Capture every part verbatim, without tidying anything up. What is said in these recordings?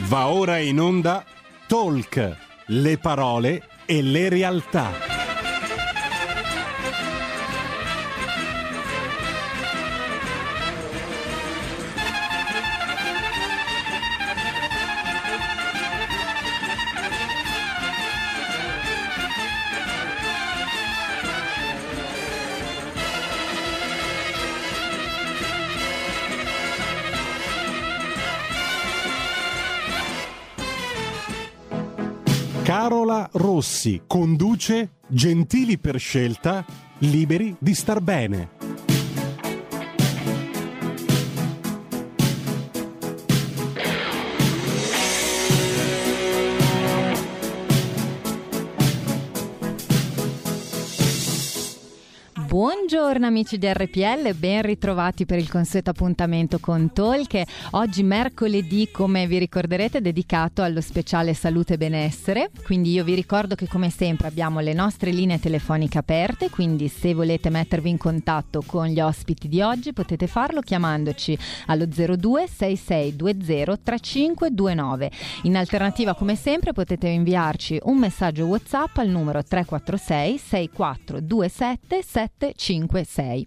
Va ora in onda Talk, le parole e le realtà. Carola Rossi conduce Gentili per scelta, liberi di star bene. Buongiorno amici di R P L, ben ritrovati per il consueto appuntamento con Talk. Oggi mercoledì, come vi ricorderete, è dedicato allo speciale salute e benessere, quindi io vi ricordo che come sempre abbiamo le nostre linee telefoniche aperte, quindi se volete mettervi in contatto con gli ospiti di oggi potete farlo chiamandoci allo zero due sei sei due zero tre cinque due nove. In alternativa, come sempre, potete inviarci un messaggio WhatsApp al numero tre quattro sei sei quattro due sette sette cinque sei.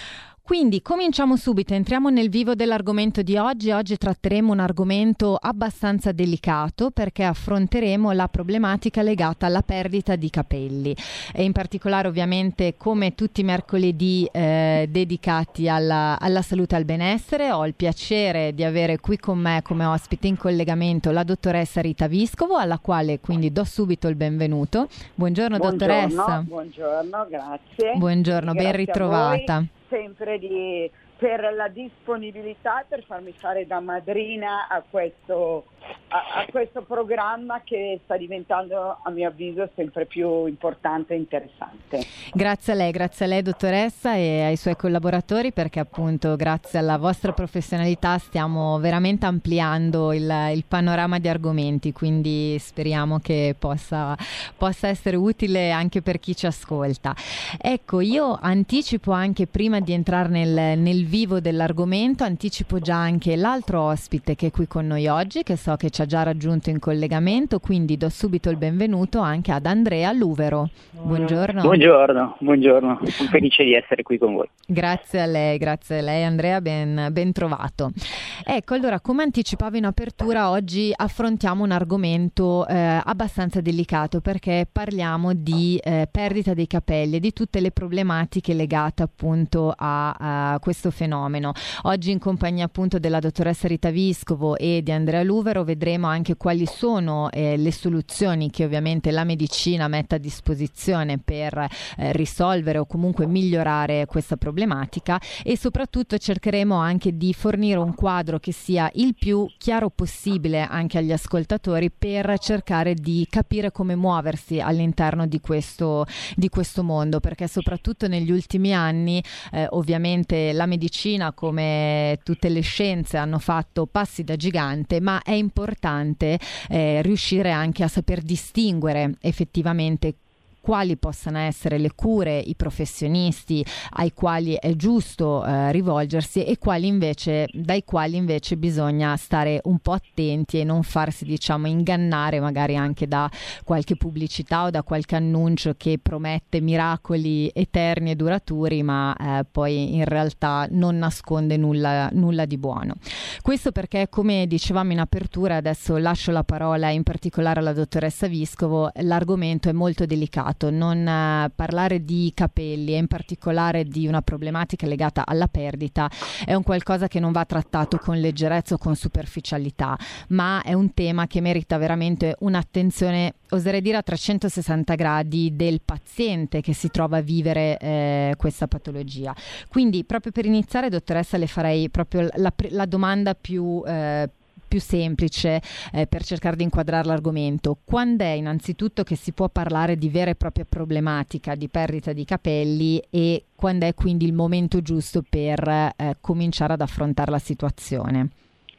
Quindi cominciamo subito, entriamo nel vivo dell'argomento di oggi. Oggi tratteremo un argomento abbastanza delicato perché affronteremo la problematica legata alla perdita di capelli e in particolare, ovviamente, come tutti i mercoledì eh, dedicati alla, alla salute e al benessere, ho il piacere di avere qui con me come ospite in collegamento la dottoressa Rita Viscovo, alla quale quindi do subito il benvenuto. Buongiorno, buongiorno dottoressa. Buongiorno, grazie. Buongiorno, Grazie ben ritrovata. Sempre di, per la disponibilità per farmi fare da madrina a questo, a, a questo programma che sta diventando, a mio avviso, sempre più importante e interessante. Grazie a lei, grazie a lei dottoressa e ai suoi collaboratori, perché appunto grazie alla vostra professionalità stiamo veramente ampliando il, il panorama di argomenti, quindi speriamo che possa, possa essere utile anche per chi ci ascolta. Ecco, io anticipo anche, prima di entrare nel, nel vivo dell'argomento, anticipo già anche l'altro ospite che è qui con noi oggi, che so che ci ha già raggiunto in collegamento, quindi do subito il benvenuto anche ad Andrea Luvero. Buongiorno. Buongiorno, buongiorno, sono felice di essere qui con voi. Grazie a lei, grazie a lei Andrea, ben, ben trovato. Ecco, allora, come anticipavo in apertura, oggi affrontiamo un argomento eh, abbastanza delicato perché parliamo di eh, perdita dei capelli e di tutte le problematiche legate appunto a, a questo fenomeno. Oggi in compagnia appunto della dottoressa Rita Viscovo e di Andrea Luvero vedremo anche quali sono eh, le soluzioni che ovviamente la medicina mette a disposizione per eh, risolvere o comunque migliorare questa problematica, e soprattutto cercheremo anche di fornire un quadro che sia il più chiaro possibile anche agli ascoltatori per cercare di capire come muoversi all'interno di questo, di questo mondo, perché soprattutto negli ultimi anni eh, ovviamente la medicina, come tutte le scienze, hanno fatto passi da gigante, ma è importante eh, riuscire anche a saper distinguere effettivamente quali possano essere le cure, i professionisti ai quali è giusto eh, rivolgersi e quali invece, dai quali invece bisogna stare un po' attenti e non farsi, diciamo, ingannare magari anche da qualche pubblicità o da qualche annuncio che promette miracoli eterni e duraturi, ma eh, poi in realtà non nasconde nulla, nulla di buono. Questo perché, come dicevamo in apertura, adesso lascio la parola in particolare alla dottoressa Viscovo, l'argomento è molto delicato. Non uh, parlare di capelli e in particolare di una problematica legata alla perdita è un qualcosa che non va trattato con leggerezza o con superficialità, ma è un tema che merita veramente un'attenzione, oserei dire a trecentosessanta gradi, del paziente che si trova a vivere eh, questa patologia. Quindi, proprio per iniziare, dottoressa, le farei proprio la, la domanda più eh, più semplice eh, per cercare di inquadrare l'argomento. Quando è innanzitutto che si può parlare di vera e propria problematica di perdita di capelli e quando è quindi il momento giusto per eh, cominciare ad affrontare la situazione?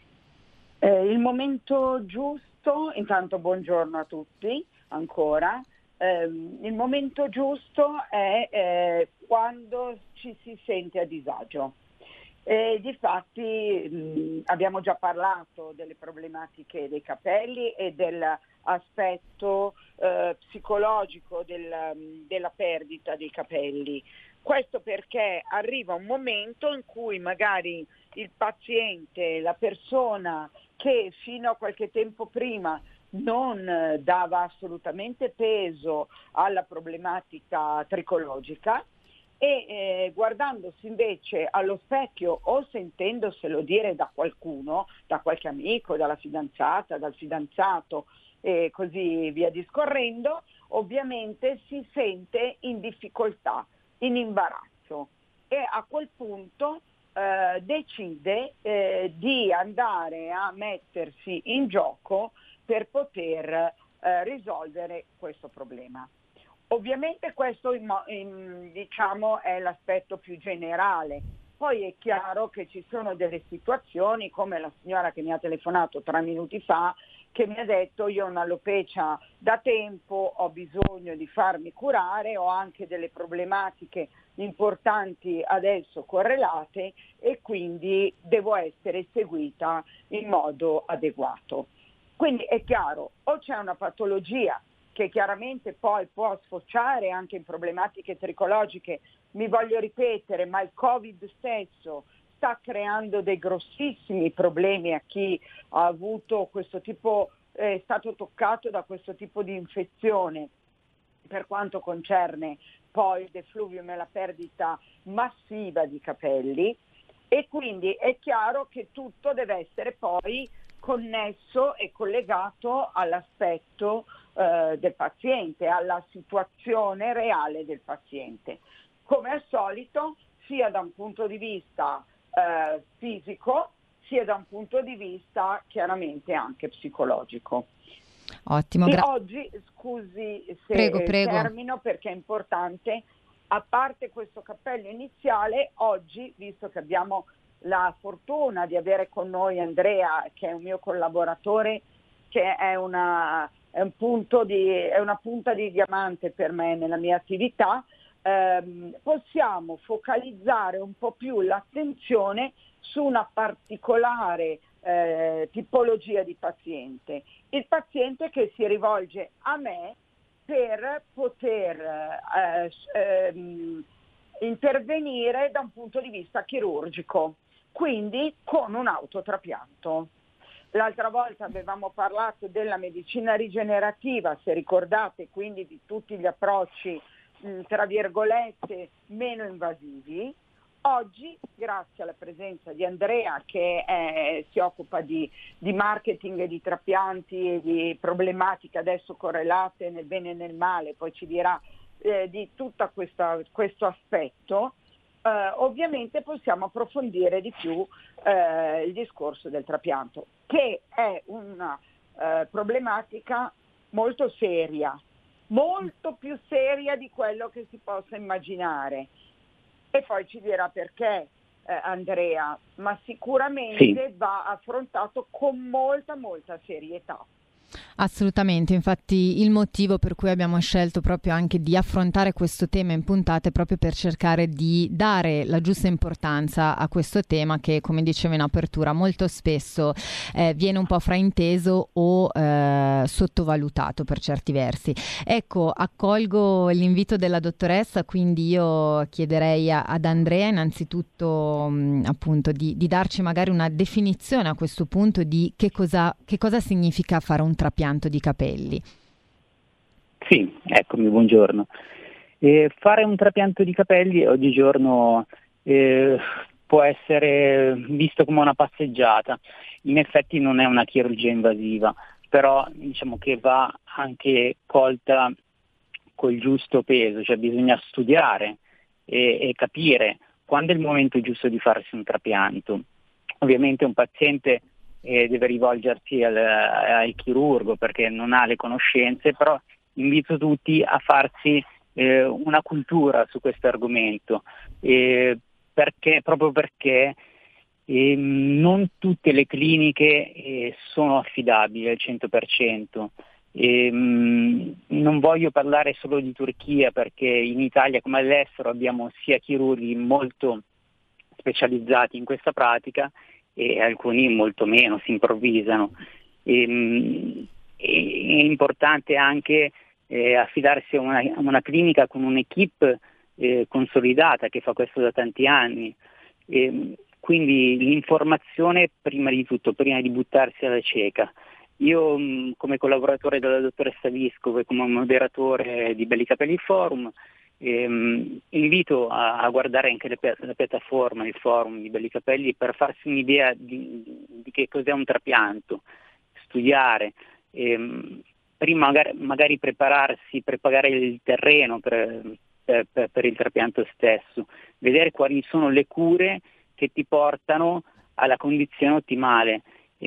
Eh, il momento giusto, intanto buongiorno a tutti ancora, eh, il momento giusto è eh, quando ci si sente a disagio. E difatti mh, abbiamo già parlato delle problematiche dei capelli e dell'aspetto eh, psicologico del, della perdita dei capelli. Questo perché arriva un momento in cui magari il paziente, la persona che fino a qualche tempo prima non dava assolutamente peso alla problematica tricologica, e eh, guardandosi invece allo specchio o sentendoselo dire da qualcuno, da qualche amico, dalla fidanzata, dal fidanzato e così via discorrendo, ovviamente si sente in difficoltà, in imbarazzo, e a quel punto eh, decide eh, di andare a mettersi in gioco per poter eh, risolvere questo problema. Ovviamente questo in, in, diciamo, è l'aspetto più generale. Poi è chiaro che ci sono delle situazioni, come la signora che mi ha telefonato tre minuti fa, che mi ha detto: io ho un'alopecia da tempo, ho bisogno di farmi curare, ho anche delle problematiche importanti adesso correlate e quindi devo essere seguita in modo adeguato. Quindi è chiaro, o c'è una patologia che chiaramente poi può sfociare anche in problematiche tricologiche, mi voglio ripetere, ma il Covid stesso sta creando dei grossissimi problemi a chi ha avuto questo tipo, è stato toccato da questo tipo di infezione, per quanto concerne poi il defluvium e la perdita massiva di capelli, e quindi è chiaro che tutto deve essere poi connesso e collegato all'aspetto eh, del paziente, alla situazione reale del paziente. Come al solito, sia da un punto di vista eh, fisico, sia da un punto di vista chiaramente anche psicologico. Ottimo, e gra- oggi, scusi se prego, prego. termino perché è importante, a parte questo cappello iniziale, oggi, visto che abbiamo la fortuna di avere con noi Andrea, che è un mio collaboratore, che è una, è un punto di, è una punta di diamante per me nella mia attività, ehm, possiamo focalizzare un po' più l'attenzione su una particolare eh, tipologia di paziente, il paziente che si rivolge a me per poter eh, ehm, intervenire da un punto di vista chirurgico, quindi con un autotrapianto. L'altra volta avevamo parlato della medicina rigenerativa, se ricordate, quindi di tutti gli approcci mh, tra virgolette meno invasivi. Oggi, grazie alla presenza di Andrea, che è, si occupa di, di marketing e di trapianti e di problematiche adesso correlate nel bene e nel male, poi ci dirà eh, di tutto questo aspetto, eh, ovviamente possiamo approfondire di più eh, il discorso del trapianto, che è una eh, problematica molto seria, molto più seria di quello che si possa immaginare. E poi ci dirà perché eh, Andrea, ma sicuramente sì, va affrontato con molta molta serietà. Assolutamente, infatti il motivo per cui abbiamo scelto proprio anche di affrontare questo tema in puntate è proprio per cercare di dare la giusta importanza a questo tema che, come dicevo in apertura, molto spesso eh, viene un po' frainteso o eh, sottovalutato per certi versi. Ecco, accolgo l'invito della dottoressa, quindi io chiederei a, ad Andrea innanzitutto mh, appunto di, di darci magari una definizione a questo punto di che cosa, che cosa significa fare un trapianto di capelli. Sì, eccomi, buongiorno. Eh, fare un trapianto di capelli oggigiorno eh, può essere visto come una passeggiata. In effetti non è una chirurgia invasiva, però diciamo che va anche colta col giusto peso, cioè bisogna studiare e, e capire quando è il momento giusto di farsi un trapianto. Ovviamente un paziente e deve rivolgersi al, al chirurgo perché non ha le conoscenze, però invito tutti a farsi eh, una cultura su questo argomento, eh, perché, proprio perché eh, non tutte le cliniche eh, sono affidabili al cento per cento. E, mh, non voglio parlare solo di Turchia perché in Italia come all'estero abbiamo sia chirurghi molto specializzati in questa pratica e alcuni molto meno, si improvvisano. E, mh, è importante anche eh, affidarsi a una, a una clinica con un'equipe eh, consolidata che fa questo da tanti anni. E, quindi l'informazione prima di tutto, prima di buttarsi alla cieca. Io mh, come collaboratore della dottoressa Visco e come moderatore di Belli Capelli Forum ehm, invito a, a guardare anche le, la piattaforma, il forum di Belli Capelli per farsi un'idea di, di che cos'è un trapianto, studiare, ehm, prima magari, magari prepararsi, preparare il terreno per, per, per, per il trapianto stesso, vedere quali sono le cure che ti portano alla condizione ottimale.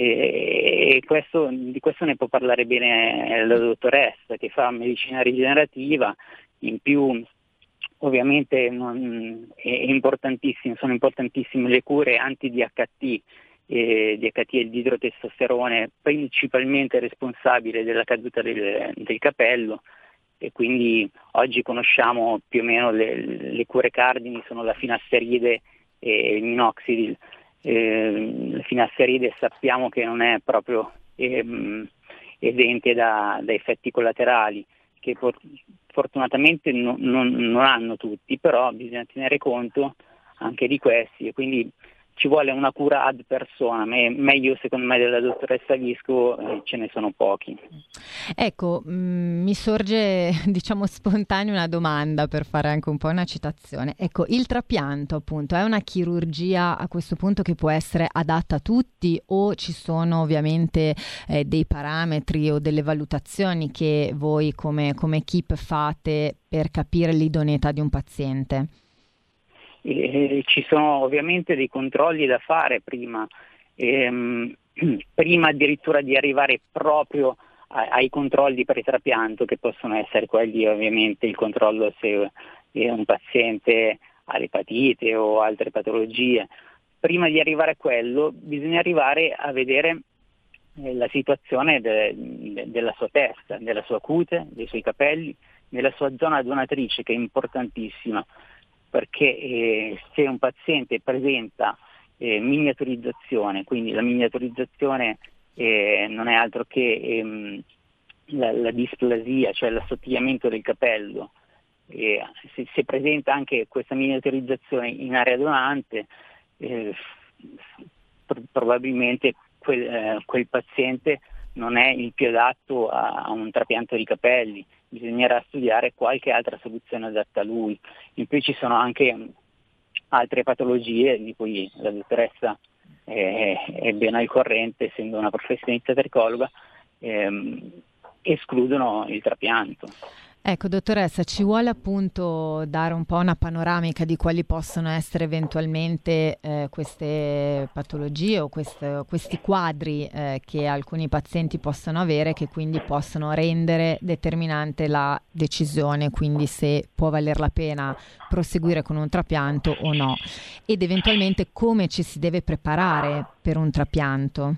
E questo, di questo ne può parlare bene la dottoressa che fa medicina rigenerativa. In più ovviamente non, è importantissimo, sono importantissime le cure anti-D H T. Eh, D H T è il didrotestosterone principalmente responsabile della caduta del, del capello, e quindi oggi conosciamo più o meno le, le cure cardini, sono la finasteride e il minoxidil. Eh, la finasteride sappiamo che non è proprio ehm, esente da, da effetti collaterali, che por- fortunatamente no, non, non hanno tutti, però bisogna tenere conto anche di questi, e quindi ci vuole una cura ad persona, me- meglio secondo me della dottoressa Visco eh, ce ne sono pochi. Ecco, mh, mi sorge diciamo spontanea una domanda per fare anche un po' una citazione. Ecco, il trapianto appunto è una chirurgia a questo punto che può essere adatta a tutti, o ci sono ovviamente eh, dei parametri o delle valutazioni che voi come, come equipe fate per capire l'idoneità di un paziente? Eh, ci sono ovviamente dei controlli da fare prima, ehm, prima addirittura di arrivare proprio a, ai controlli per il trapianto, che possono essere quelli ovviamente il controllo se eh, un paziente ha l'epatite o altre patologie. Prima di arrivare a quello bisogna arrivare a vedere eh, la situazione de, de, della sua testa, della sua cute, dei suoi capelli, della sua zona donatrice, che è importantissima, perché eh, se un paziente presenta eh, miniaturizzazione, quindi la miniaturizzazione eh, non è altro che ehm, la, la displasia, cioè l'assottigliamento del capello, eh, se, se presenta anche questa miniaturizzazione in area donante, eh, pr- probabilmente quel, eh, quel paziente non è il più adatto a, a un trapianto di capelli. Bisognerà studiare qualche altra soluzione adatta a lui. In più ci sono anche altre patologie di cui la dottoressa è, è ben al corrente, essendo una professionista tricologa, ehm, escludono il trapianto. Ecco, dottoressa, ci vuole appunto dare un po' una panoramica di quali possono essere eventualmente eh, queste patologie o queste, questi quadri eh, che alcuni pazienti possono avere, che quindi possono rendere determinante la decisione, quindi se può valer la pena proseguire con un trapianto o no, ed eventualmente come ci si deve preparare per un trapianto.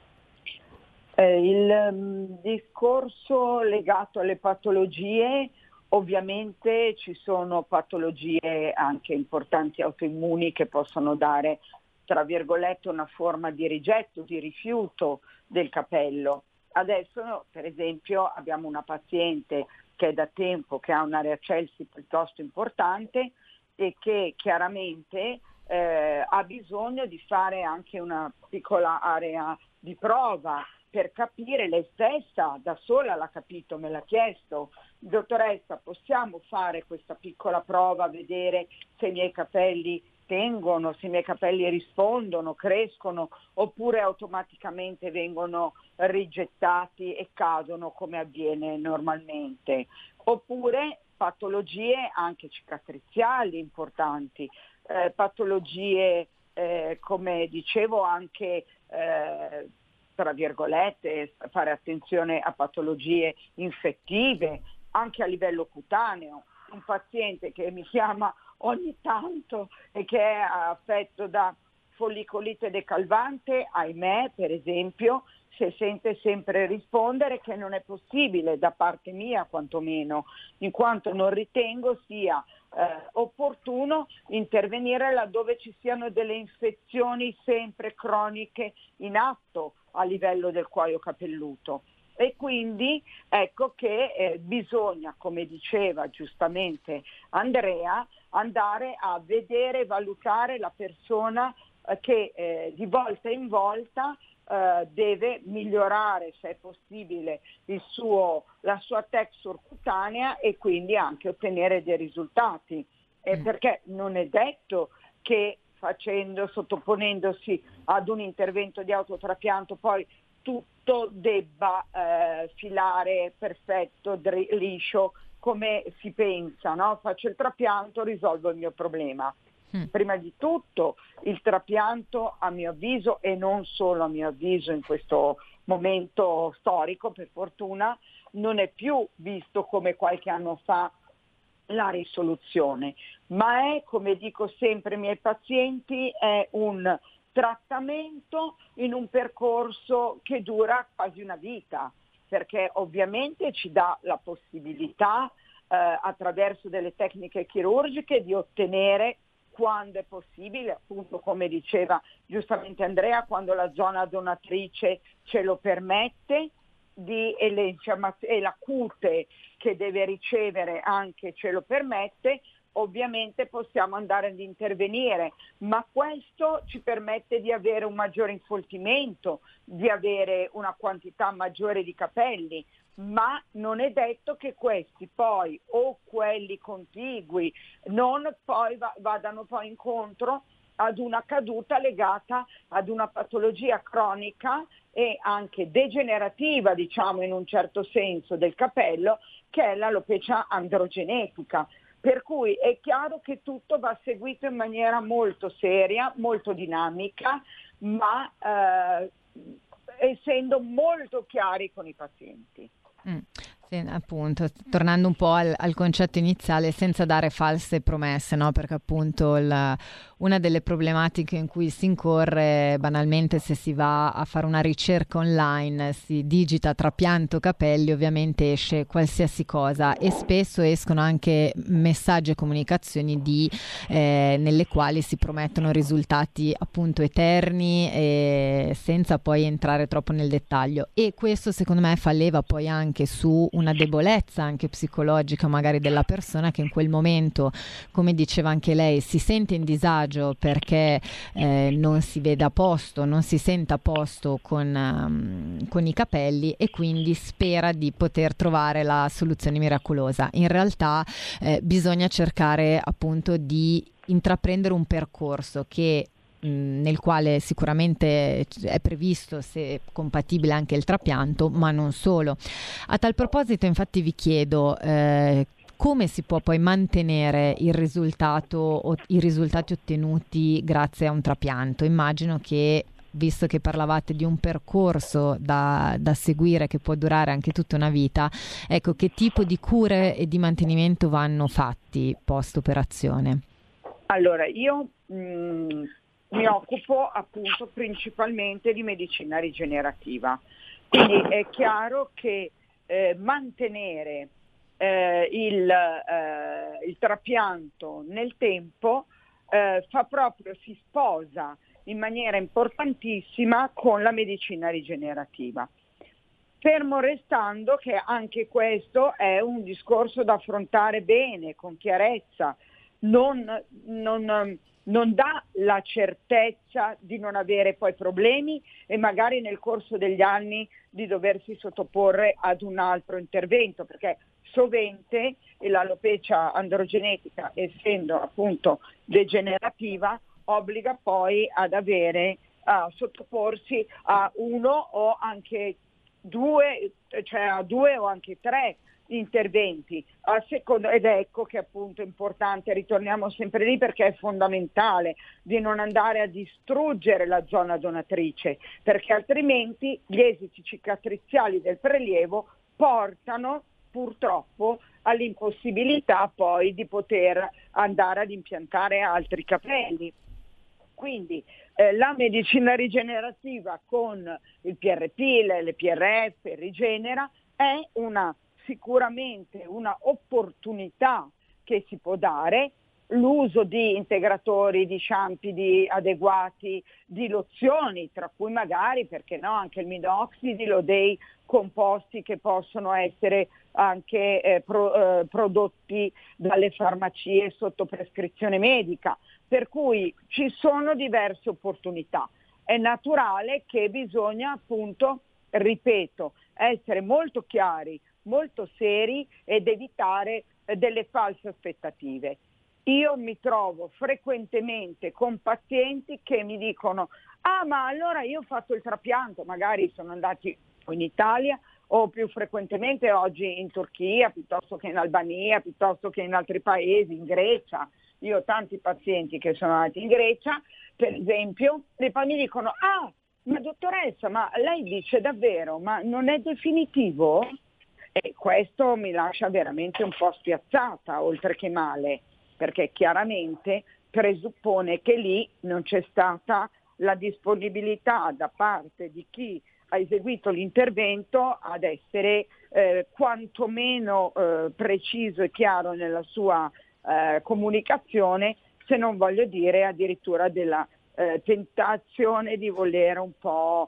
Eh, il um, discorso legato alle patologie, ovviamente ci sono patologie anche importanti autoimmuni che possono dare, tra virgolette, una forma di rigetto, di rifiuto del capello. Adesso, per esempio, abbiamo una paziente che è da tempo che ha un'area Chelsea piuttosto importante e che chiaramente eh, ha bisogno di fare anche una piccola area di prova per capire, lei stessa da sola l'ha capito, me l'ha chiesto: dottoressa, possiamo fare questa piccola prova, vedere se i miei capelli tengono, se i miei capelli rispondono, crescono, oppure automaticamente vengono rigettati e cadono come avviene normalmente, oppure patologie anche cicatriziali importanti, eh, patologie eh, come dicevo anche eh, tra virgolette, fare attenzione a patologie infettive, anche a livello cutaneo. Un paziente che mi chiama ogni tanto e che è affetto da follicolite decalvante, ahimè, per esempio, si sente sempre rispondere che non è possibile, da parte mia quantomeno, in quanto non ritengo sia eh, opportuno intervenire laddove ci siano delle infezioni sempre croniche in atto a livello del cuoio capelluto. E quindi ecco che eh, bisogna, come diceva giustamente Andrea, andare a vedere e valutare la persona eh, che eh, di volta in volta eh, deve migliorare, se è possibile, il suo, la sua texture cutanea e quindi anche ottenere dei risultati. Eh, mm. Perché non è detto che facendo, sottoponendosi ad un intervento di autotrapianto poi tutto debba eh, filare perfetto, dri- liscio, come si pensa, no? Faccio il trapianto, risolvo il mio problema. Mm. Prima di tutto il trapianto, a mio avviso, e non solo a mio avviso in questo momento storico, per fortuna, non è più visto come qualche anno fa la risoluzione, ma è, come dico sempre ai miei pazienti, è un trattamento in un percorso che dura quasi una vita, perché ovviamente ci dà la possibilità eh, attraverso delle tecniche chirurgiche di ottenere, quando è possibile, appunto come diceva giustamente Andrea, quando la zona donatrice ce lo permette, di, e, le infiammaz- e la cute che deve ricevere anche ce lo permette, ovviamente possiamo andare ad intervenire, ma questo ci permette di avere un maggiore infoltimento, di avere una quantità maggiore di capelli, ma non è detto che questi poi o quelli contigui non poi va- vadano poi incontro ad una caduta legata ad una patologia cronica e anche degenerativa, diciamo in un certo senso, del capello, che è l'alopecia androgenetica. Per cui è chiaro che tutto va seguito in maniera molto seria, molto dinamica, ma eh, essendo molto chiari con i pazienti. Mm, sì, appunto, tornando un po' al, al concetto iniziale, senza dare false promesse, no? Perché appunto il, una delle problematiche in cui si incorre banalmente se si va a fare una ricerca online, si digita trapianto capelli, ovviamente esce qualsiasi cosa e spesso escono anche messaggi e comunicazioni di, eh, nelle quali si promettono risultati appunto eterni e senza poi entrare troppo nel dettaglio, e questo secondo me fa leva poi anche su una debolezza anche psicologica magari della persona, che in quel momento, come diceva anche lei, si sente in disagio perché eh, non si vede a posto, non si sente a posto con, um, con i capelli, e quindi spera di poter trovare la soluzione miracolosa. In realtà eh, bisogna cercare appunto di intraprendere un percorso che nel quale sicuramente è previsto, se compatibile, anche il trapianto, ma non solo. A tal proposito, infatti, vi chiedo eh, come si può poi mantenere il risultato o i risultati ottenuti grazie a un trapianto. Immagino che, visto che parlavate di un percorso da, da seguire che può durare anche tutta una vita, ecco, che tipo di cure e di mantenimento vanno fatti post operazione? Allora, io mh... mi occupo appunto principalmente di medicina rigenerativa, quindi è chiaro che eh, mantenere eh, il, eh, il trapianto nel tempo eh, fa proprio, si sposa in maniera importantissima con la medicina rigenerativa. Fermo restando che anche questo è un discorso da affrontare bene, con chiarezza, non... non non dà la certezza di non avere poi problemi e magari nel corso degli anni di doversi sottoporre ad un altro intervento, perché sovente l'alopecia androgenetica, essendo appunto degenerativa, obbliga poi ad avere, a sottoporsi a uno o anche due, cioè a due o anche tre interventi a secondo, ed ecco che appunto è importante, ritorniamo sempre lì perché è fondamentale, di non andare a distruggere la zona donatrice, perché altrimenti gli esiti cicatriziali del prelievo portano purtroppo all'impossibilità poi di poter andare ad impiantare altri capelli. Quindi eh, la medicina rigenerativa con il P R P, l'L P R F, Rigenera, è una, sicuramente una opportunità che si può dare. L'uso di integratori, di shampoo di adeguati, di lozioni, tra cui magari, perché no, anche il minoxidil o dei composti che possono essere anche eh, pro, eh, prodotti dalle farmacie sotto prescrizione medica, per cui ci sono diverse opportunità. È naturale che bisogna appunto, ripeto, essere molto chiari, molto seri ed evitare eh, delle false aspettative. Io mi trovo frequentemente con pazienti che mi dicono: ah, ma allora io ho fatto il trapianto, magari sono andati in Italia o più frequentemente oggi in Turchia, piuttosto che in Albania, piuttosto che in altri paesi, in Grecia. Io ho tanti pazienti che sono andati in Grecia, per esempio, e poi mi dicono: ah, ma dottoressa, ma lei dice davvero, ma non è definitivo? E questo mi lascia veramente un po' spiazzata, oltre che male, perché chiaramente presuppone che lì non c'è stata la disponibilità da parte di chi ha eseguito l'intervento ad essere eh, quantomeno eh, preciso e chiaro nella sua eh, comunicazione, se non voglio dire addirittura della eh, tentazione di voler un po'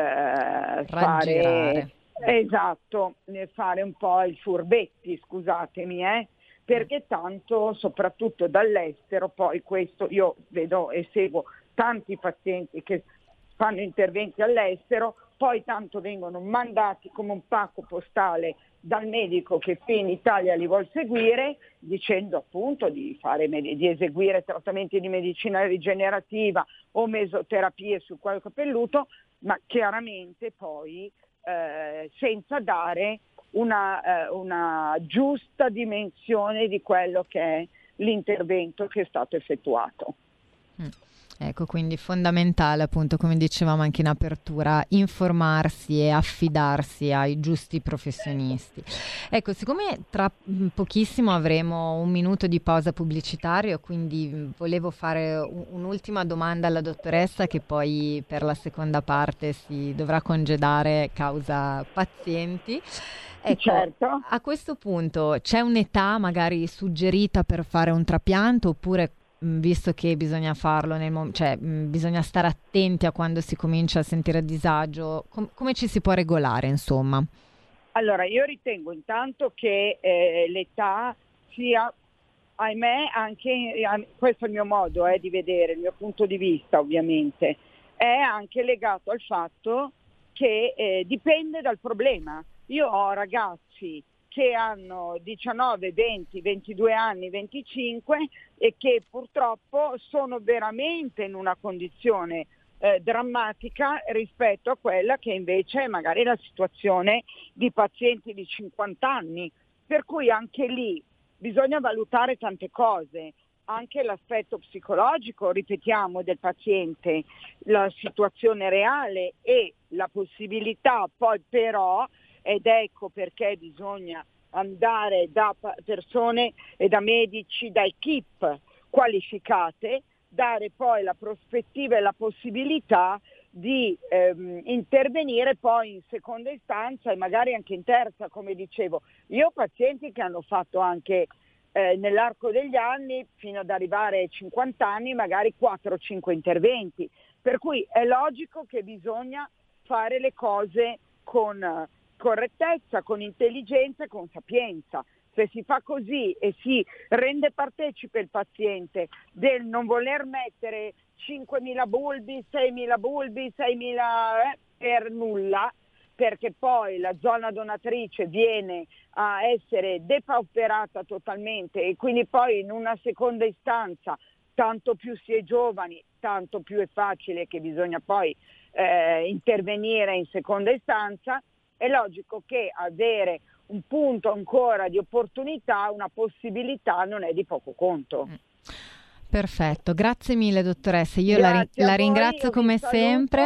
eh, fare, esatto, fare un po' i furbetti, scusatemi, eh. Perché tanto, soprattutto dall'estero, poi questo io vedo e seguo tanti pazienti che fanno interventi all'estero, poi tanto vengono mandati come un pacco postale dal medico che qui in Italia li vuol seguire, dicendo appunto di, fare, di eseguire trattamenti di medicina rigenerativa o mesoterapie sul cuoio capelluto, ma chiaramente poi eh, senza dare Una, eh, una giusta dimensione di quello che è l'intervento che è stato effettuato. Mm. Ecco, quindi fondamentale, appunto, come dicevamo anche in apertura, informarsi e affidarsi ai giusti professionisti. Ecco, siccome tra pochissimo avremo un minuto di pausa pubblicitaria, quindi volevo fare un'ultima domanda alla dottoressa, che poi per la seconda parte si dovrà congedare causa pazienti. Ecco, certo. A questo punto c'è un'età magari suggerita per fare un trapianto, oppure visto che bisogna farlo nel mom- cioè mh, bisogna stare attenti a quando si comincia a sentire disagio, com- come ci si può regolare, insomma? Allora, io ritengo intanto che eh, l'età sia, ahimè, anche eh, questo è il mio modo eh, di vedere, il mio punto di vista ovviamente, è anche legato al fatto che eh, dipende dal problema. Io ho ragazzi che hanno diciannove, venti, ventidue anni, venticinque e che purtroppo sono veramente in una condizione eh, drammatica rispetto a quella che invece è magari la situazione di pazienti di cinquanta anni. Per cui anche lì bisogna valutare tante cose, anche l'aspetto psicologico, ripetiamo, del paziente, la situazione reale e la possibilità poi però, ed ecco perché bisogna andare da persone e da medici, da equip qualificate, dare poi la prospettiva e la possibilità di ehm, intervenire poi in seconda istanza e magari anche in terza, come dicevo. Io ho pazienti che hanno fatto anche eh, nell'arco degli anni, fino ad arrivare ai cinquanta anni, magari quattro o cinque interventi, per cui è logico che bisogna fare le cose con correttezza, con intelligenza e con sapienza. Se si fa così e si rende partecipe il paziente del non voler mettere cinquemila bulbi, seimila bulbi, seimila eh, per nulla, perché poi la zona donatrice viene a essere depauperata totalmente e quindi poi in una seconda istanza, tanto più si è giovani, tanto più è facile che bisogna poi eh, intervenire in seconda istanza. È logico che avere un punto ancora di opportunità, una possibilità, non è di poco conto. Perfetto, grazie mille dottoressa, io la, ri- la ringrazio come sempre.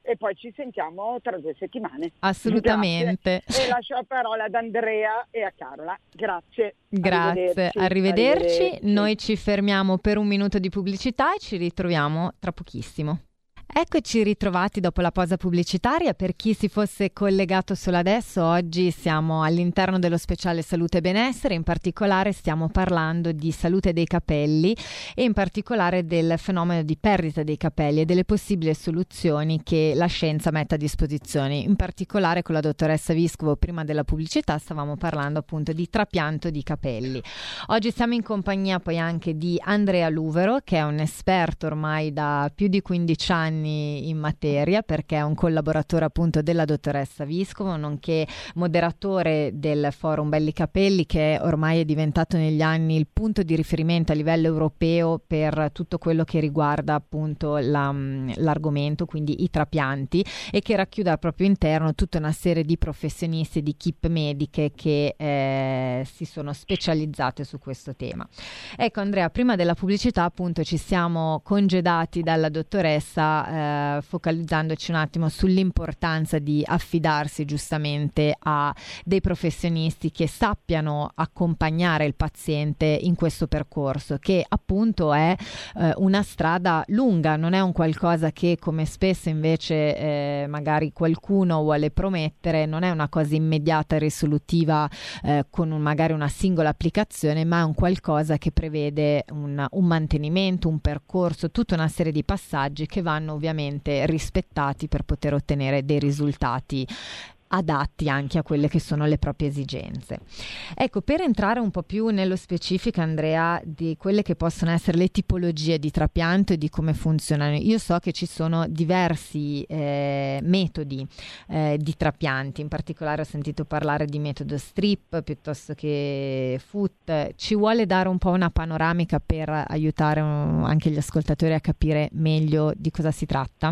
e poi ci sentiamo tra due settimane. Assolutamente. Grazie. E lascio la parola ad Andrea e a Carola. Grazie. Grazie, arrivederci. Arrivederci. Arrivederci. Noi ci fermiamo per un minuto di pubblicità e ci ritroviamo tra pochissimo. Eccoci ritrovati dopo la pausa pubblicitaria. Per chi si fosse collegato solo adesso, oggi siamo all'interno dello speciale Salute e Benessere, in particolare stiamo parlando di salute dei capelli e in particolare del fenomeno di perdita dei capelli e delle possibili soluzioni che la scienza mette a disposizione. In particolare con la dottoressa Viscovo prima della pubblicità stavamo parlando appunto di trapianto di capelli. Oggi siamo in compagnia poi anche di Andrea Luvero, che è un esperto ormai da più di quindici anni in materia, perché è un collaboratore appunto della dottoressa Viscovo, nonché moderatore del forum Belli Capelli, che ormai è diventato negli anni il punto di riferimento a livello europeo per tutto quello che riguarda appunto la, l'argomento, quindi i trapianti, e che racchiude al proprio interno tutta una serie di professionisti e di equip mediche che eh, si sono specializzate su questo tema. Ecco Andrea, prima della pubblicità appunto ci siamo congedati dalla dottoressa Eh, focalizzandoci un attimo sull'importanza di affidarsi giustamente a dei professionisti che sappiano accompagnare il paziente in questo percorso, che appunto è eh, una strada lunga, non è un qualcosa che, come spesso invece eh, magari qualcuno vuole promettere, non è una cosa immediata e risolutiva eh, con un, magari una singola applicazione, ma è un qualcosa che prevede un, un mantenimento, un percorso, tutta una serie di passaggi che vanno ovviamente rispettati per poter ottenere dei risultati adatti anche a quelle che sono le proprie esigenze. Ecco, per entrare un po' più nello specifico, Andrea, di quelle che possono essere le tipologie di trapianto e di come funzionano, io so che ci sono diversi eh, metodi eh, di trapianti, in particolare ho sentito parlare di metodo strip piuttosto che foot. Ci vuole dare un po' una panoramica per aiutare um, anche gli ascoltatori a capire meglio di cosa si tratta?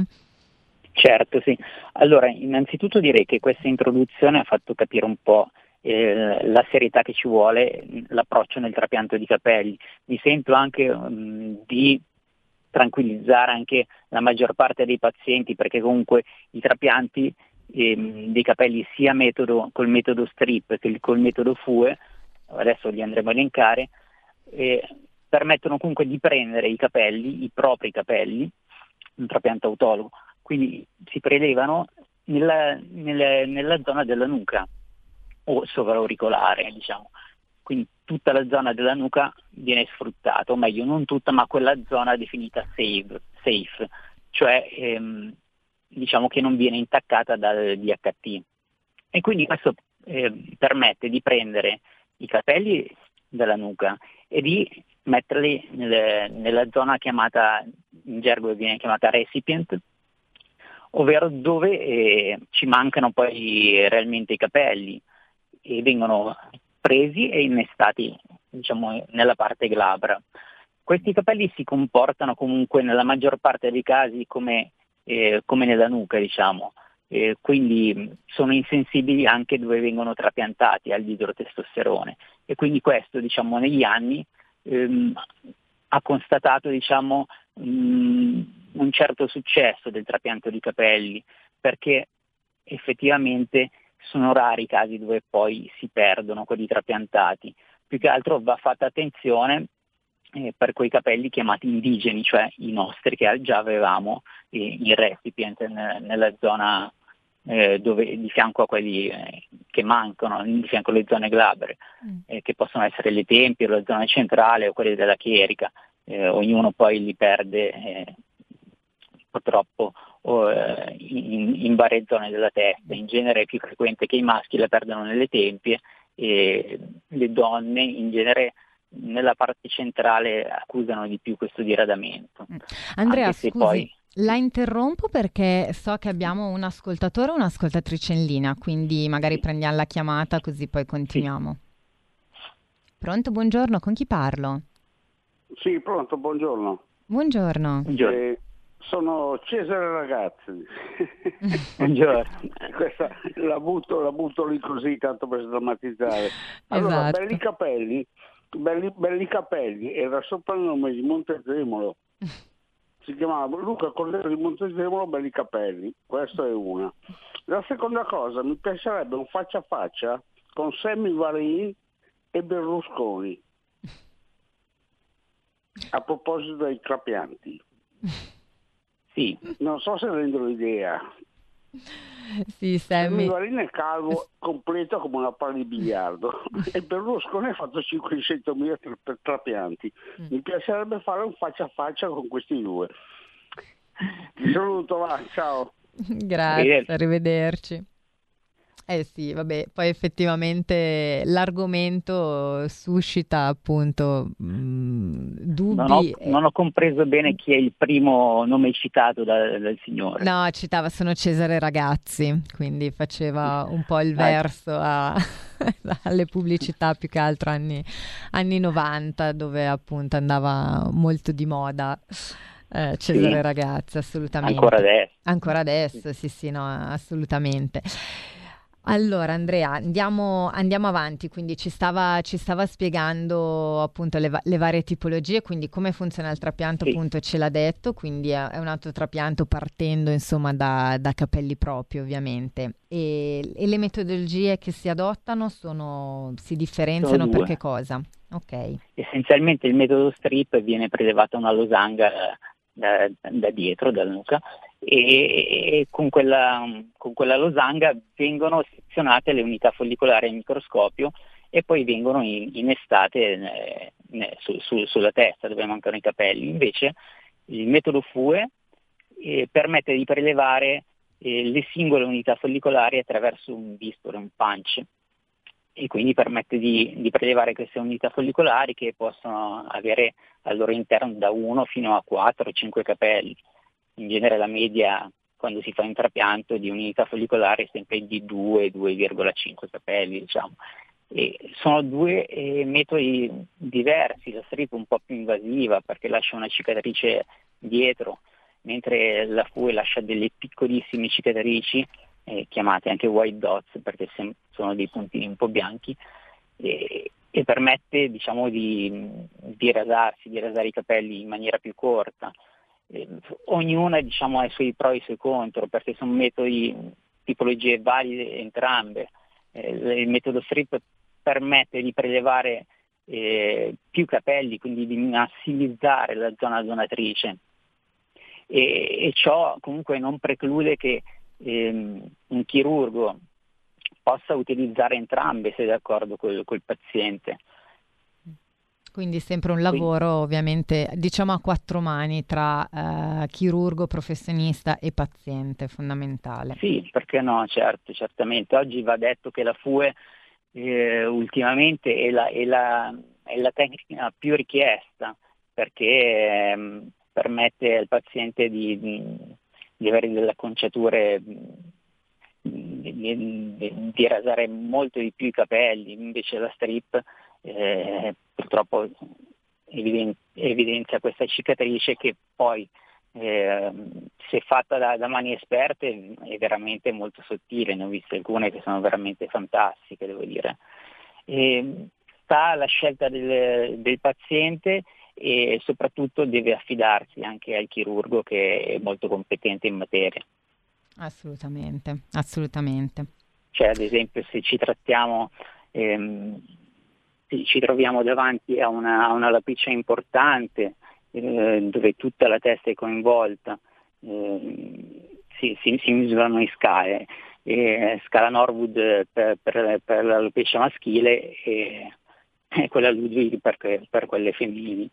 Certo, sì. Allora, innanzitutto direi che questa introduzione ha fatto capire un po' eh, la serietà che ci vuole, l'approccio nel trapianto di capelli. Mi sento anche um, di tranquillizzare anche la maggior parte dei pazienti, perché comunque i trapianti eh, dei capelli sia metodo, col metodo strip che col metodo F U E, adesso li andremo a elencare, eh, permettono comunque di prendere i capelli, i propri capelli, un trapianto autologo. Quindi si prelevano nella, nella, nella zona della nuca o sovrauricolare, diciamo. Quindi tutta la zona della nuca viene sfruttata, o meglio non tutta, ma quella zona definita safe, safe cioè ehm, diciamo che non viene intaccata dal D H T. E quindi questo eh, permette di prendere i capelli dalla nuca e di metterli nelle, nella zona chiamata, in gergo viene chiamata recipient, ovvero dove eh, ci mancano poi realmente i capelli, e vengono presi e innestati, diciamo, nella parte glabra. Questi capelli si comportano comunque nella maggior parte dei casi come, eh, come nella nuca, diciamo, eh, quindi sono insensibili anche dove vengono trapiantati all'idrotestosterone, e quindi questo, diciamo, negli anni ehm, ha constatato, diciamo, mh, un certo successo del trapianto di capelli, perché effettivamente sono rari i casi dove poi si perdono quelli trapiantati. Più che altro va fatta attenzione eh, per quei capelli chiamati indigeni, cioè i nostri che già avevamo eh, in recipient n- nella zona eh, dove di fianco a quelli eh, che mancano, di fianco alle zone glabre, mm. eh, che possono essere le tempie, la zona centrale o quelle della chierica. Eh, ognuno poi li perde eh, purtroppo o, eh, in, in varie zone della testa. In genere è più frequente che i maschi la perdano nelle tempie, e le donne in genere nella parte centrale accusano di più questo diradamento. Andrea, Anche se scusi, poi... la interrompo perché so che abbiamo un ascoltatore o un'ascoltatrice in linea, quindi magari sì. Prendiamo la chiamata così poi continuiamo. Sì. Pronto, buongiorno, con chi parlo? Sì, pronto, buongiorno. Buongiorno. Buongiorno. Eh, sono Cesare Ragazzi. Buongiorno. Questa la butto, la butto lì così, tanto per sdrammatizzare. Allora, esatto. Belli Capelli, belli, belli Capelli era soprannome di Montezemolo. si chiamava Luca Cordero di Montezemolo, belli capelli, questa è una. La seconda cosa, mi piacerebbe un faccia a faccia con Sammy Varin e Berlusconi, a proposito dei trapianti. Sì. Non so se rendo l'idea. Sì, Sammy. Sammy Varin è calvo, completo come una palla di biliardo e Berlusconi ha fatto cinquecentomila per, per trapianti. Mi piacerebbe fare un faccia a faccia con questi due. Ti saluto, va, ciao. Grazie, arrivederci. Eh sì, vabbè, poi effettivamente l'argomento suscita appunto mh, dubbi. Non ho, e... non ho compreso bene chi è il primo nome citato da, dal signore. No, citava sono Cesare Ragazzi, quindi faceva un po' il verso a, alle pubblicità più che altro anni, anni novanta, dove appunto andava molto di moda. Eh, Cesare Sì. Ragazzi, assolutamente. Ancora adesso. Ancora adesso, sì, sì, no, assolutamente. Allora Andrea, andiamo, andiamo avanti, quindi ci stava, ci stava spiegando appunto le, va- le varie tipologie, quindi come funziona il trapianto, Sì. appunto ce l'ha detto, quindi è, è un autotrapianto partendo insomma da, da capelli propri ovviamente. E, e le metodologie che si adottano sono, si differenziano Sono per due. che cosa? Ok. Essenzialmente il metodo strip viene prelevata una losanga da, da dietro, dalla nuca, e, e con, quella, con quella losanga vengono sezionate le unità follicolari al microscopio e poi vengono in, innestate eh, ne- su- su- sulla testa dove mancano i capelli. Invece il metodo F U E eh, permette di prelevare eh, le singole unità follicolari attraverso un bisturi, un punch, e quindi permette di, di prelevare queste unità follicolari che possono avere al loro interno da uno fino a quattro o cinque capelli. In genere la media quando si fa un trapianto di unità follicolare è sempre di due due virgola cinque capelli, diciamo. E sono due eh, metodi diversi, la strip un po' più invasiva perché lascia una cicatrice dietro, mentre la F U E lascia delle piccolissime cicatrici eh, chiamate anche white dots perché sem- sono dei puntini un po' bianchi, e, e permette diciamo di, di rasarsi, di rasare i capelli in maniera più corta. Eh, ognuna diciamo ha i suoi pro e i suoi contro perché sono metodi, tipologie valide entrambe. Eh, il metodo strip permette di prelevare eh, più capelli, quindi di massimizzare la zona donatrice, e, e ciò comunque non preclude che ehm, un chirurgo possa utilizzare entrambe se è d'accordo col, col paziente. Quindi sempre un lavoro Quindi. ovviamente diciamo a quattro mani tra eh, chirurgo, professionista e paziente, fondamentale. Sì, perché no, certo, certamente. Oggi va detto che la F U E eh, ultimamente è la, è, la, è la tecnica più richiesta perché ehm, permette al paziente di, di, di avere delle acconciature, di, di, di rasare molto di più i capelli, invece la strip Eh, purtroppo eviden- evidenzia questa cicatrice che poi eh, se fatta da, da mani esperte è veramente molto sottile, ne ho viste alcune che sono veramente fantastiche, devo dire. E sta alla scelta del, del paziente e soprattutto deve affidarsi anche al chirurgo che è molto competente in materia. Assolutamente, assolutamente. Cioè ad esempio se ci trattiamo ehm, ci troviamo davanti a una, a una lapice importante eh, dove tutta la testa è coinvolta, eh, si, si, si misurano in scale, eh, scala Norwood per, per, per la lapice maschile e, e quella Ludwig per, per quelle femminili.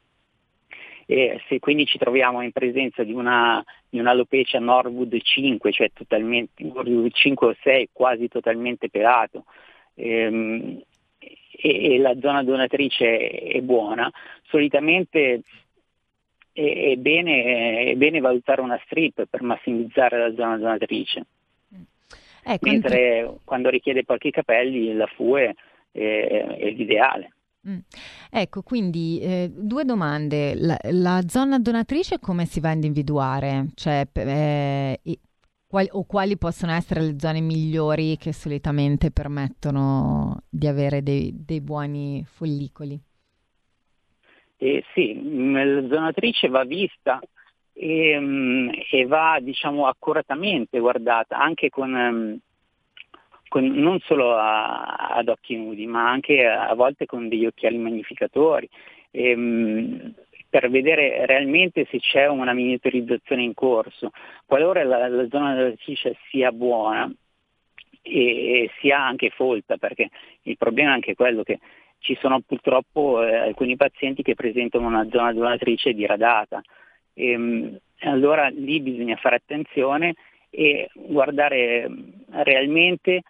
E se quindi ci troviamo in presenza di una, di una alopecia Norwood cinque, cioè totalmente cinque o sei, quasi totalmente pelato, ehm, e la zona donatrice è buona, solitamente è, è, bene, è bene valutare una strip per massimizzare la zona donatrice. Ecco, mentre ent- quando richiede pochi capelli la F U E è, è l'ideale. Mm. Ecco, quindi eh, due domande. La, la zona donatrice come si va a individuare? Cioè, eh, Quali, o quali possono essere le zone migliori che solitamente permettono di avere dei, dei buoni follicoli? Eh, sì, la donatrice va vista e, um, e va, diciamo, accuratamente guardata, anche con, um, con non solo a, ad occhi nudi, ma anche a, a volte con degli occhiali magnificatori, e, um, per vedere realmente se c'è una miniaturizzazione in corso. Qualora la, la zona della latice sia buona e, e sia anche folta, perché il problema è anche quello che ci sono purtroppo eh, alcuni pazienti che presentano una zona donatrice diradata, e, mh, allora lì bisogna fare attenzione e guardare realmente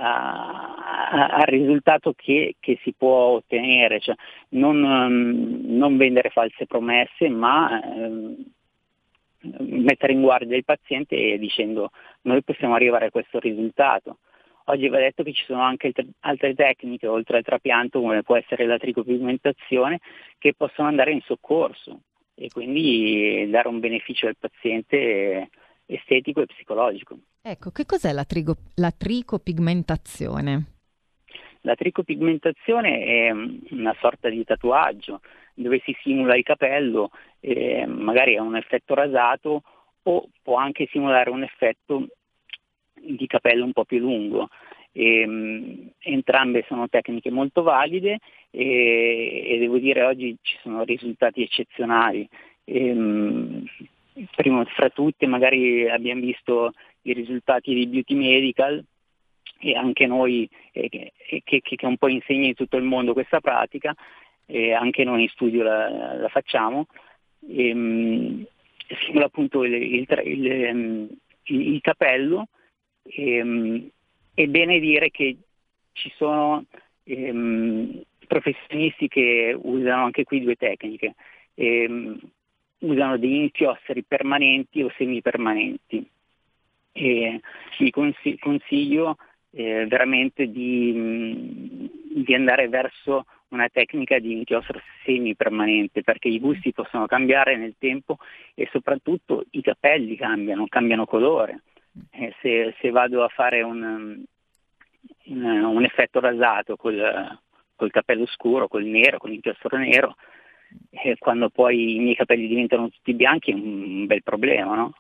al risultato che, che si può ottenere, cioè non, um, non vendere false promesse, ma um, mettere in guardia il paziente dicendo noi possiamo arrivare a questo risultato. Oggi va detto che ci sono anche altre tecniche oltre al trapianto, come può essere la tricopigmentazione, che possono andare in soccorso e quindi dare un beneficio al paziente estetico e psicologico. Ecco, che cos'è la, trigo, la tricopigmentazione? La tricopigmentazione è una sorta di tatuaggio dove si simula il capello, eh, magari ha un effetto rasato o può anche simulare un effetto di capello un po' più lungo. E, um, entrambe sono tecniche molto valide e, e devo dire oggi ci sono risultati eccezionali. E, um, primo fra tutte magari abbiamo visto i risultati di Beauty Medical e anche noi eh, che, che, che un po' insegna in tutto il mondo questa pratica, e anche noi in studio la, la facciamo, e, um, simula appunto il, il, il, il, il capello. E, um, è bene dire che ci sono um, professionisti che usano anche qui due tecniche, e, um, usano degli inchiostri permanenti o semipermanenti. E vi consiglio, consiglio eh, veramente di, mh, di andare verso una tecnica di inchiostro semipermanente, perché i gusti possono cambiare nel tempo e soprattutto i capelli cambiano, cambiano colore. Eh, se, se vado a fare un, un, un effetto rasato col, col capello scuro, col nero, con l'inchiostro nero, e quando poi i miei capelli diventano tutti bianchi è un bel problema, no?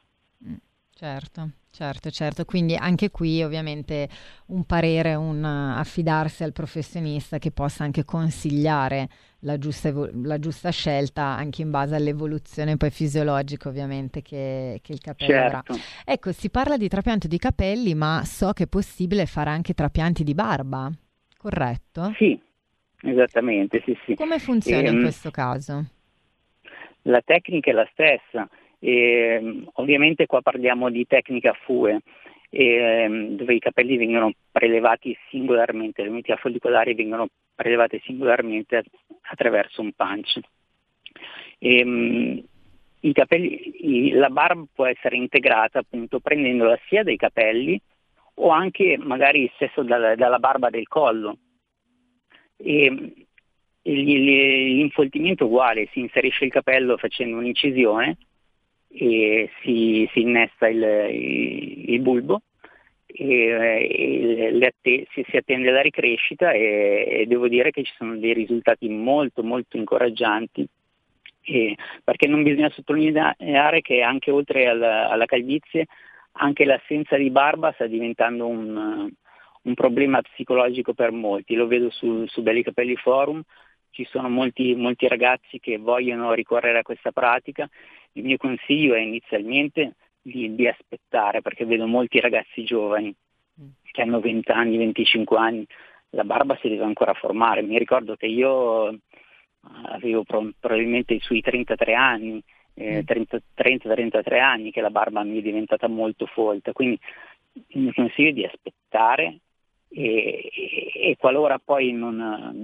Certo, certo, certo. Quindi anche qui ovviamente un parere, un affidarsi al professionista che possa anche consigliare la giusta, evo- la giusta scelta anche in base all'evoluzione poi fisiologica ovviamente che, che il capello certo. avrà. Ecco, si parla di trapianto di capelli, ma so che è possibile fare anche trapianti di barba, corretto? Sì. Esattamente, sì, sì. Come funziona e, in questo caso? La tecnica è la stessa, e, ovviamente qua parliamo di tecnica a fue, e, dove i capelli vengono prelevati singolarmente, le unità follicolari vengono prelevate singolarmente attraverso un punch. E, i capelli, la barba può essere integrata appunto prendendola sia dai capelli o anche magari stesso dalla, dalla barba del collo. E l'infoltimento uguale, si inserisce il capello facendo un'incisione e si, si innesta il, il, il bulbo e, e le atte- si, si attende la ricrescita e, e devo dire che ci sono dei risultati molto molto incoraggianti, e, perché non bisogna sottolineare che anche oltre alla, alla calvizie anche l'assenza di barba sta diventando un un problema psicologico per molti. Lo vedo su, su Belli Capelli Forum, ci sono molti, molti ragazzi che vogliono ricorrere a questa pratica. Il mio consiglio è inizialmente di, di aspettare, perché vedo molti ragazzi giovani che hanno venti anni, venticinque anni, la barba si deve ancora formare. Mi ricordo che io avevo pro- probabilmente sui trentatré anni, eh, trenta trentatré anni che la barba mi è diventata molto folta, quindi il mio consiglio è di aspettare e, e, e qualora poi non,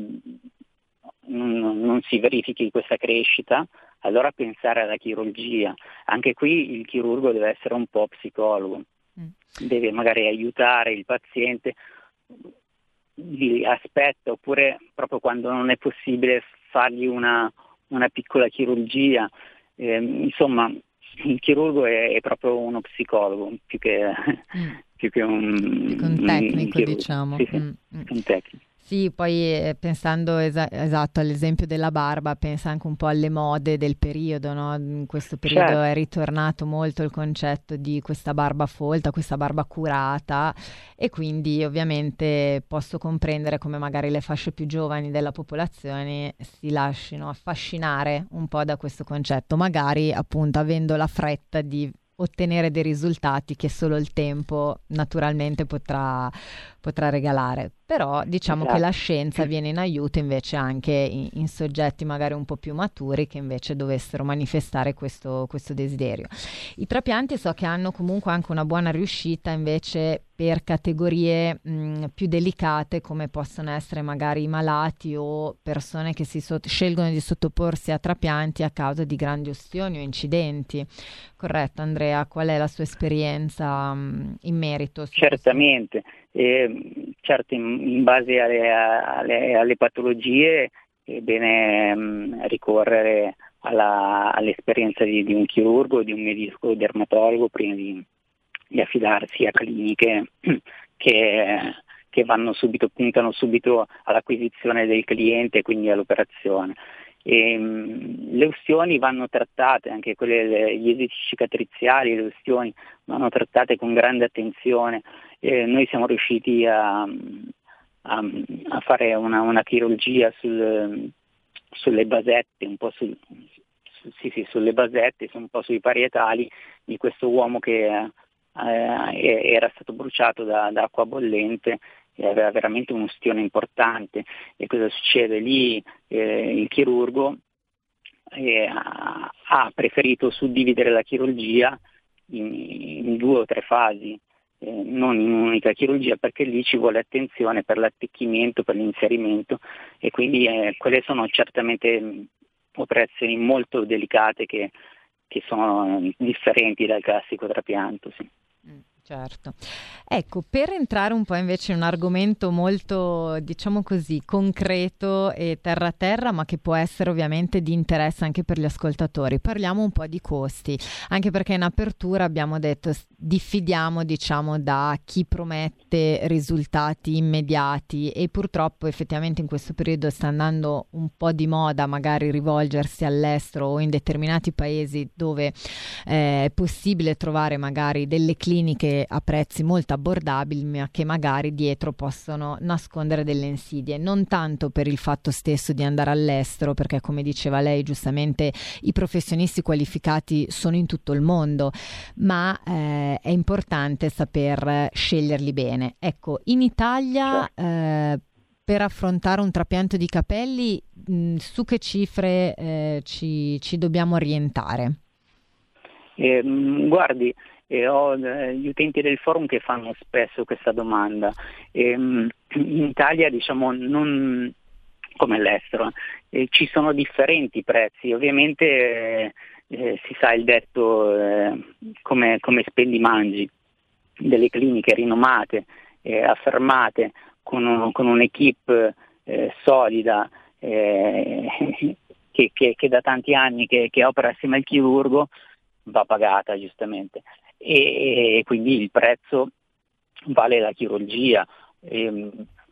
non, non si verifichi questa crescita, allora pensare alla chirurgia. Anche qui il chirurgo deve essere un po' psicologo, mm. deve magari aiutare il paziente, gli aspetta, oppure proprio quando non è possibile fargli una, una piccola chirurgia, eh, insomma il chirurgo è, è proprio uno psicologo più che, mm. più che un, un tecnico, un diciamo. Sì, sì, mm. un tecnico. Sì, poi eh, pensando esa- esatto all'esempio della barba, pensa anche un po' alle mode del periodo, no? In questo periodo è Certo, ritornato molto il concetto di questa barba folta, questa barba curata e quindi ovviamente posso comprendere come magari le fasce più giovani della popolazione si lasciano affascinare un po' da questo concetto, magari appunto avendo la fretta di ottenere dei risultati che solo il tempo naturalmente potrà, potrà regalare. Però diciamo che la esatto. scienza viene in aiuto invece anche in, in soggetti magari un po' più maturi che invece dovessero manifestare questo, questo desiderio. I trapianti so che hanno comunque anche una buona riuscita invece per categorie mh, più delicate come possono essere magari i malati o persone che si sot- scelgono di sottoporsi a trapianti a causa di grandi ustioni o incidenti. Corretto, Andrea? Qual è la sua esperienza mh, in merito su questo? Certamente, eh, certo in, in base alle, alle- alle patologie è bene mh, ricorrere alla- all'esperienza di, di un chirurgo, di un medico dermatologo prima di, di affidarsi a cliniche che, che vanno subito, puntano subito all'acquisizione del cliente e quindi all'operazione. E, mh, le ustioni vanno trattate, anche quelle, gli esiti cicatriziali, le ustioni vanno trattate con grande attenzione. Eh, noi siamo riusciti a, a- a fare una, una chirurgia sul- sulle basette, un po' sul- su- sì, sì, sulle basette, un po' sui parietali di questo uomo che eh, era stato bruciato da, da acqua bollente e aveva veramente un'ustione importante. E cosa succede? Lì eh, il chirurgo eh, ha, ha preferito suddividere la chirurgia in, in due o tre fasi, eh, non in un'unica chirurgia, perché lì ci vuole attenzione per l'attecchimento, per l'inserimento, e quindi eh, quelle sono certamente mh, operazioni molto delicate che, che sono eh, differenti dal classico trapianto. Sì. Mm, certo. Ecco, per entrare un po' invece in un argomento molto, diciamo così, concreto e terra a terra, ma che può essere ovviamente di interesse anche per gli ascoltatori, parliamo un po' di costi, anche perché in apertura abbiamo detto s- diffidiamo, diciamo, da chi promette risultati immediati e purtroppo effettivamente in questo periodo sta andando un po' di moda magari rivolgersi all'estero o in determinati paesi dove eh, è possibile trovare magari delle cliniche a prezzi molto abbordabili, ma che magari dietro possono nascondere delle insidie, non tanto per il fatto stesso di andare all'estero, perché come diceva lei giustamente i professionisti qualificati sono in tutto il mondo, ma eh, è importante saper sceglierli bene. Ecco, in Italia Cioè, eh, per affrontare un trapianto di capelli, mh, su che cifre eh, ci, ci dobbiamo orientare? Eh, mh, guardi, eh, ho eh, gli utenti del forum che fanno spesso questa domanda. Eh, mh, in Italia, diciamo, non come all'estero, eh, ci sono differenti prezzi. Ovviamente eh, eh, si sa il detto eh, come, come spendi mangi, delle cliniche rinomate, eh, affermate, con, un- con un'equipe eh, solida, eh, che, che- che da tanti anni che, che opera assieme al chirurgo, va pagata giustamente, e, e quindi il prezzo vale la chirurgia. Ehm,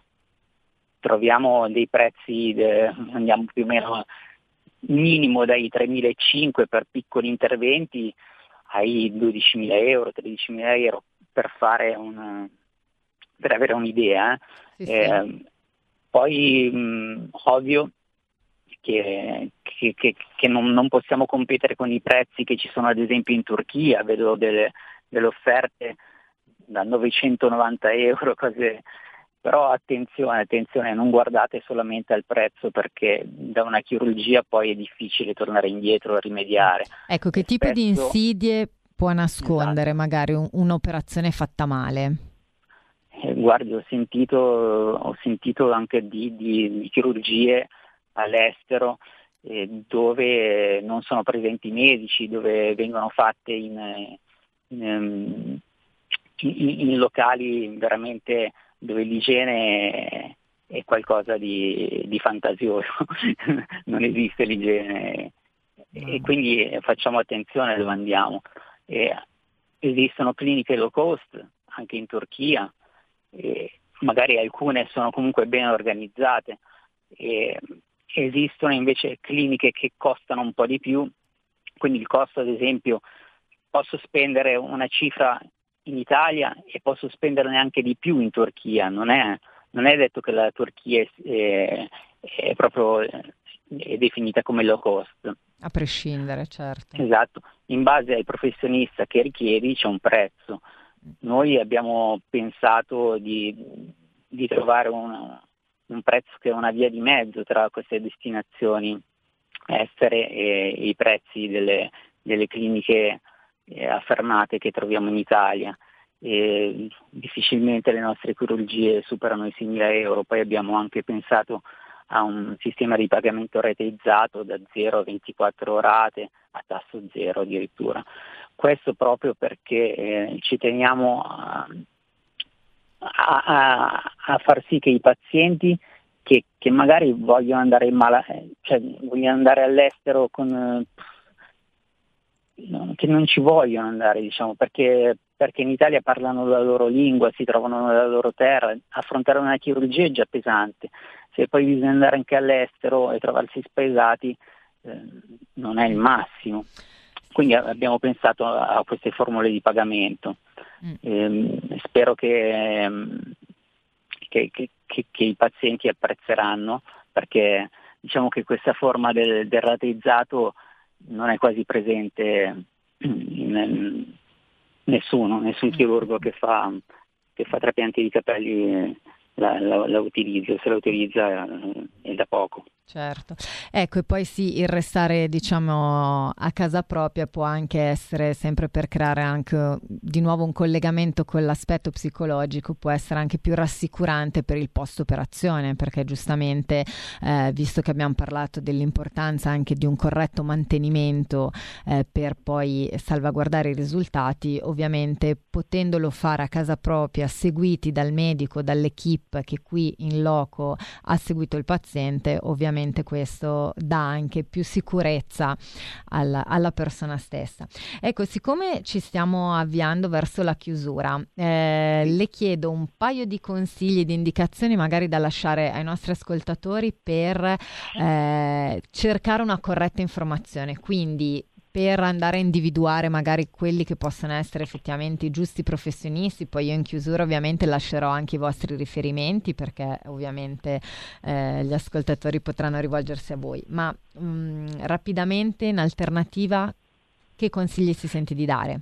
troviamo dei prezzi, de- andiamo più o meno minimo dai tremilacinquecento per piccoli interventi ai dodicimila euro, tredicimila euro per fare un, per avere un'idea. eh. Sì, sì. Eh, poi mh, ovvio che, che- che- che non, non possiamo competere con i prezzi che ci sono ad esempio in Turchia, vedo delle, delle offerte da novecentonovanta euro, cose. Però attenzione, attenzione, non guardate solamente al prezzo, perché da una chirurgia poi è difficile tornare indietro e rimediare. Ecco, che E tipo di spesso, insidie può nascondere esatto. magari un- un'operazione fatta male? Eh, guardi, ho sentito, ho sentito anche di, di- di chirurgie all'estero eh, dove non sono presenti i medici, dove vengono fatte in, eh, in, ehm, in- in locali veramente dove l'igiene è, è qualcosa di, di fantasioso, non esiste l'igiene, e No. quindi eh, facciamo attenzione dove andiamo. Eh, esistono cliniche low cost anche in Turchia, e magari alcune sono comunque ben organizzate, e esistono invece cliniche che costano un po' di più, quindi il costo, ad esempio, posso spendere una cifra in Italia e posso spenderne anche di più in Turchia, non è, non è detto che la Turchia è, è, è proprio è definita come low cost. A prescindere, certo. Esatto, in base al professionista che richiedi c'è un prezzo. Noi abbiamo pensato di, di trovare un, un prezzo che è una via di mezzo tra queste destinazioni estere e, e i prezzi delle, delle cliniche eh, affermate che troviamo in Italia. E difficilmente le nostre chirurgie superano i seimila euro. Poi abbiamo anche pensato a un sistema di pagamento rateizzato da zero a ventiquattro rate a tasso zero addirittura. Questo proprio perché eh, ci teniamo a, a, a, a far sì che i pazienti che, che magari vogliono andare in mala, cioè vogliono andare all'estero con che non ci vogliono andare, diciamo, perché perché in Italia parlano la loro lingua, si trovano nella loro terra, affrontare una chirurgia è già pesante. Se poi bisogna andare anche all'estero e trovarsi spesati, eh, non è il massimo. Quindi abbiamo pensato a queste formule di pagamento. Mm. Eh, spero che, che, che, che, che i pazienti apprezzeranno, perché diciamo che questa forma del, del rateizzato non è quasi presente in nessuno, nessun chirurgo che fa, che fa trapianti di capelli la, la, la utilizza, se la utilizza è da poco. Certo, ecco, e poi sì, il restare diciamo a casa propria può anche essere, sempre per creare anche di nuovo un collegamento con l'aspetto psicologico, può essere anche più rassicurante per il post operazione, perché giustamente eh, visto che abbiamo parlato dell'importanza anche di un corretto mantenimento eh, per poi salvaguardare i risultati, ovviamente potendolo fare a casa propria, seguiti dal medico, dall'equipe che qui in loco ha seguito il paziente, ovviamente questo dà anche più sicurezza alla, alla persona stessa. Ecco, siccome ci stiamo avviando verso la chiusura, eh, le chiedo un paio di consigli, di indicazioni magari da lasciare ai nostri ascoltatori per eh, cercare una corretta informazione, quindi per andare a individuare magari quelli che possono essere effettivamente i giusti professionisti. Poi io in chiusura ovviamente lascerò anche i vostri riferimenti, perché ovviamente eh, gli ascoltatori potranno rivolgersi a voi, ma mh, rapidamente in alternativa che consigli si sente di dare?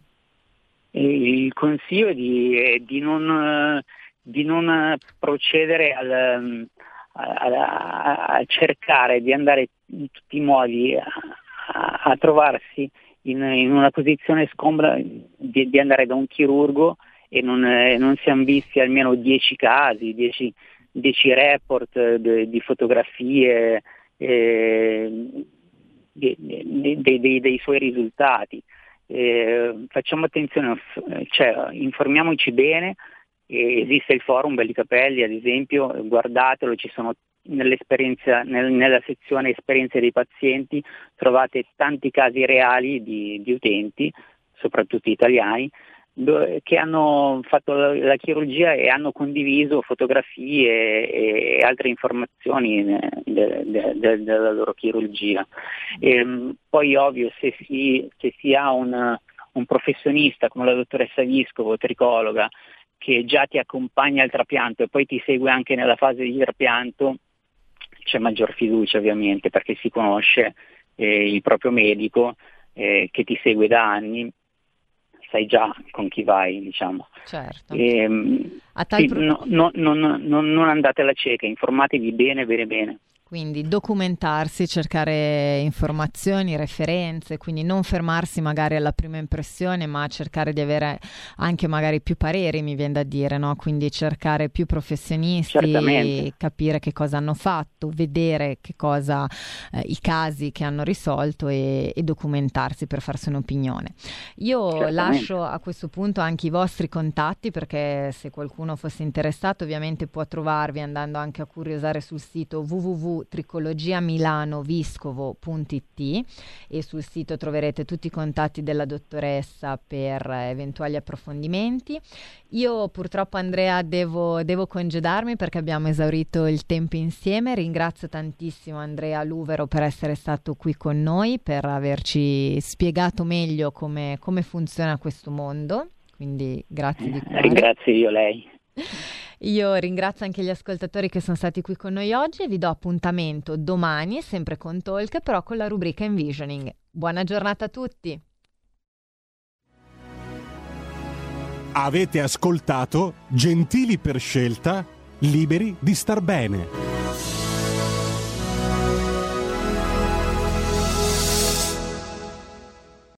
Il consiglio è di, è di, non, di non procedere al, a, a, a cercare di andare in tutti i modi a, a trovarsi in, in una posizione scomoda di, di andare da un chirurgo e non, eh, non siamo visti almeno dieci casi, dieci, dieci report de, di fotografie eh, de, de, de, de, dei suoi risultati. Eh, facciamo attenzione, cioè, informiamoci bene. Eh, esiste il forum Belli Capelli, ad esempio, guardatelo, ci sono nell'esperienza, nel, nella sezione esperienze dei pazienti trovate tanti casi reali di, di utenti, soprattutto italiani, do, che hanno fatto la, la chirurgia e hanno condiviso fotografie e, e altre informazioni de, de, de, de, della loro chirurgia. E, poi ovvio, se si, se si ha un, un professionista come la dottoressa Viscovo, tricologa, che già ti accompagna al trapianto e poi ti segue anche nella fase di trapianto, c'è maggior fiducia ovviamente, perché si conosce eh, il proprio medico eh, che ti segue da anni, sai già con chi vai, diciamo. Certo. E, A tal sì, pro- no, no, no, no, non andate alla cieca, informatevi bene, bene, bene. Quindi documentarsi, cercare informazioni, referenze, quindi non fermarsi magari alla prima impressione, ma cercare di avere anche magari più pareri, mi viene da dire, no? Quindi cercare più professionisti, Certamente. capire che cosa hanno fatto, vedere che cosa, eh, i casi che hanno risolto e, e documentarsi per farsi un'opinione. Io Certamente. lascio a questo punto anche i vostri contatti, perché se qualcuno fosse interessato ovviamente può trovarvi andando anche a curiosare sul sito w w w punto tricologia milano vescovo punto it e sul sito troverete tutti i contatti della dottoressa per eventuali approfondimenti. Io purtroppo, Andrea, devo, devo congedarmi perché abbiamo esaurito il tempo insieme. Ringrazio tantissimo Andrea Luvero per essere stato qui con noi, per averci spiegato meglio come, come funziona questo mondo, quindi grazie di cuore. Ringrazio io lei. Io ringrazio anche gli ascoltatori che sono stati qui con noi oggi e vi do appuntamento domani, sempre con Talk, però con la rubrica Envisioning. Buona giornata a tutti! Avete ascoltato Gentili per scelta, liberi di star bene.